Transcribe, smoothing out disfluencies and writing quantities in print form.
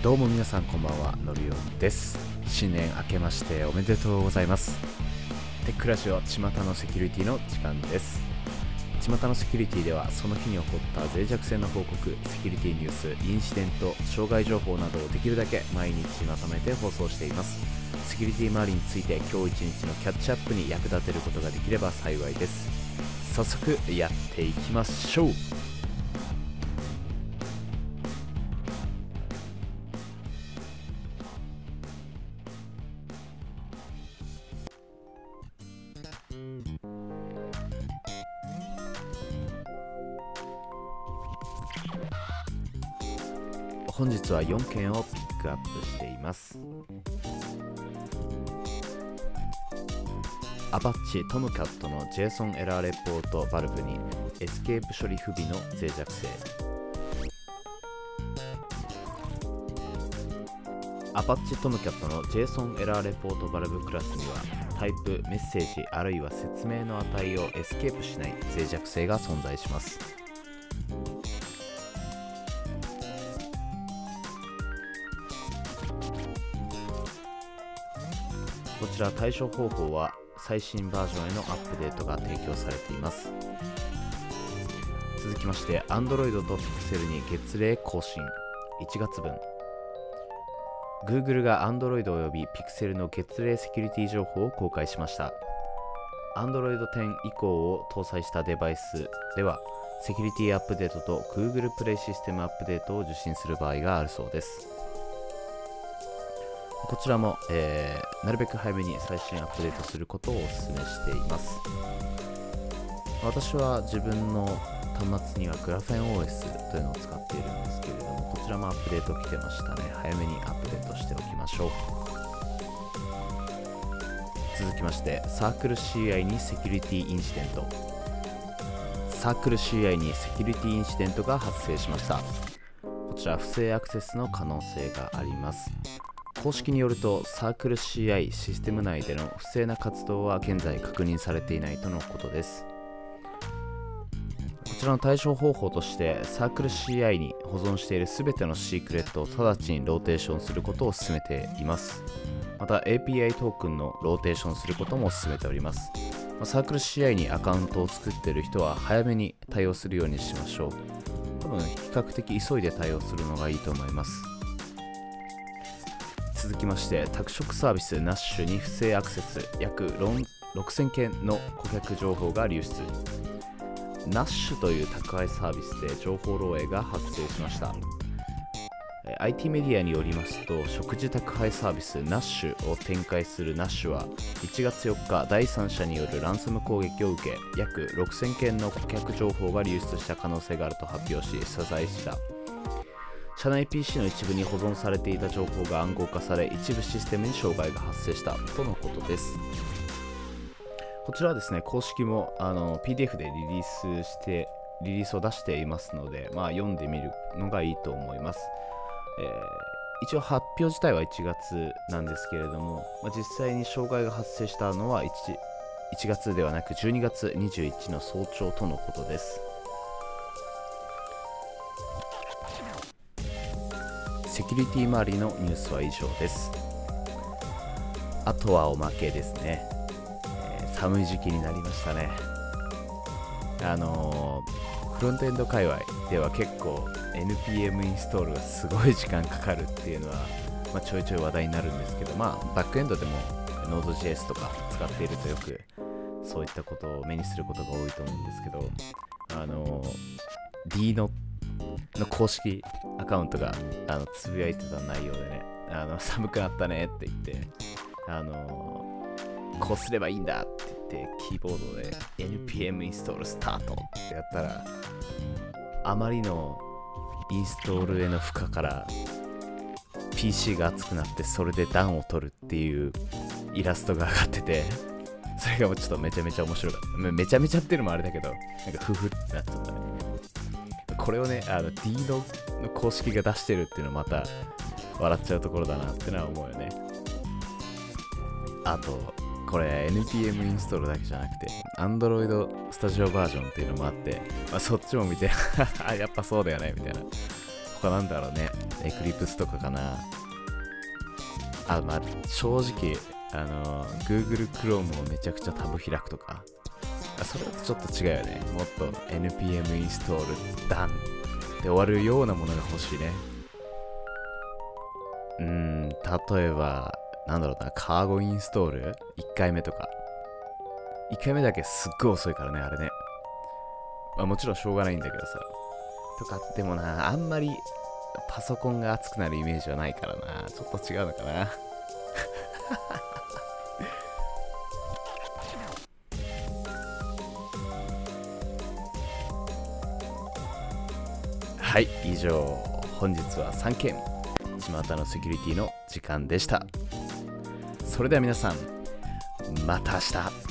どうも皆さんこんばんは、のりおんです。新年明けましておめでとうございます。テックラジオ巷のセキュリティの時間です。巷のセキュリティではその日に起こった脆弱性の報告、セキュリティニュース、インシデント、障害情報などをできるだけ毎日まとめて放送しています。セキュリティ周りについて今日一日のキャッチアップに役立てることができれば幸いです。早速やっていきましょう。本日は4件をピックアップしています。アパッチトムキャットの JSON エラーレポートバルブにエスケープ処理不備の脆弱性。アパッチトムキャットの JSON エラーレポートバルブクラスにはタイプ、メッセージあるいは説明の値をエスケープしない脆弱性が存在します。こちら対処方法は最新バージョンへのアップデートが提供されています。続きまして Android と Pixel に月例更新1月分。 Google が Android および Pixel の月例セキュリティ情報を公開しました。 Android 10以降を搭載したデバイスではセキュリティアップデートと Google プレイシステムアップデートを受信する場合があるそうです。こちらも、なるべく早めに最新アップデートすることをお勧めしています。私は自分の端末にはグラフェン OS というのを使っているんですけれども、こちらもアップデート来てましたね。早めにアップデートしておきましょう。続きましてサークル CI にセキュリティインシデント。サークル CI にセキュリティインシデントが発生しました。こちら不正アクセスの可能性があります。公式によるとサークル CI システム内での不正な活動は現在確認されていないとのことです。こちらの対処方法としてサークル CI に保存しているすべてのシークレットを直ちにローテーションすることを勧めています。また API トークンのローテーションすることも勧めております。サークル CI にアカウントを作っている人は早めに対応するようにしましょう。多分比較的急いで対応するのがいいと思います。続きまして宅食サービス Nash に不正アクセス約6000件の顧客情報が流出。 Nash という宅配サービスで情報漏洩が発生しました。IT メディアによりますと食事宅配サービス Nash を展開する Nash は1月4日第三者によるランサム攻撃を受け約6000件の顧客情報が流出した可能性があると発表し謝罪した。社内 PC の一部に保存されていた情報が暗号化され一部システムに障害が発生したとのことです。こちらはですね、公式もPDF でリリースを出していますので、読んでみるのがいいと思います。一応発表自体は1月なんですけれども、実際に障害が発生したのは 1月ではなく12月21日の早朝とのことです。セキュリティ周りのニュースは以上です。あとはおまけですね。寒い時期になりましたね。フロントエンド界隈では結構 NPM インストールがすごい時間かかるっていうのは、ちょいちょい話題になるんですけど、バックエンドでも Node.js とか使っているとよくそういったことを目にすることが多いと思うんですけど、Dino の公式アカウントがつぶやいてた内容でね、寒くなったねって言ってこうすればいいんだって言ってキーボードで NPM インストールスタートってやったらあまりのインストールへの負荷から PC が熱くなってそれで暖を取るっていうイラストが上がってて、それがもうちょっとめちゃめちゃ面白かった。めちゃめちゃっていうのもあれだけどなんかフフってなっちゃったね。これをねD の公式が出してるっていうのまた笑っちゃうところだなってのは思うよね。あとこれ NPM インストールだけじゃなくて Android Studio バージョンっていうのもあって、そっちも見てやっぱそうだよねみたいな他なんだろうね。エクリプスとかかな。まあ正直Google Chrome をめちゃくちゃタブ開くとか、それだとちょっと違うよね。もっと npm インストール done で終わるようなものが欲しいね。例えばなんだろうな、カーゴインストール1回目とか。1回目だけすっごい遅いからね、あれね。まあもちろんしょうがないんだけどさ。とかでもな、あんまりパソコンが熱くなるイメージはないからな。ちょっと違うのかな。はい、以上、本日は3件巷のセキュリティの時間でした。それでは皆さん、また明日。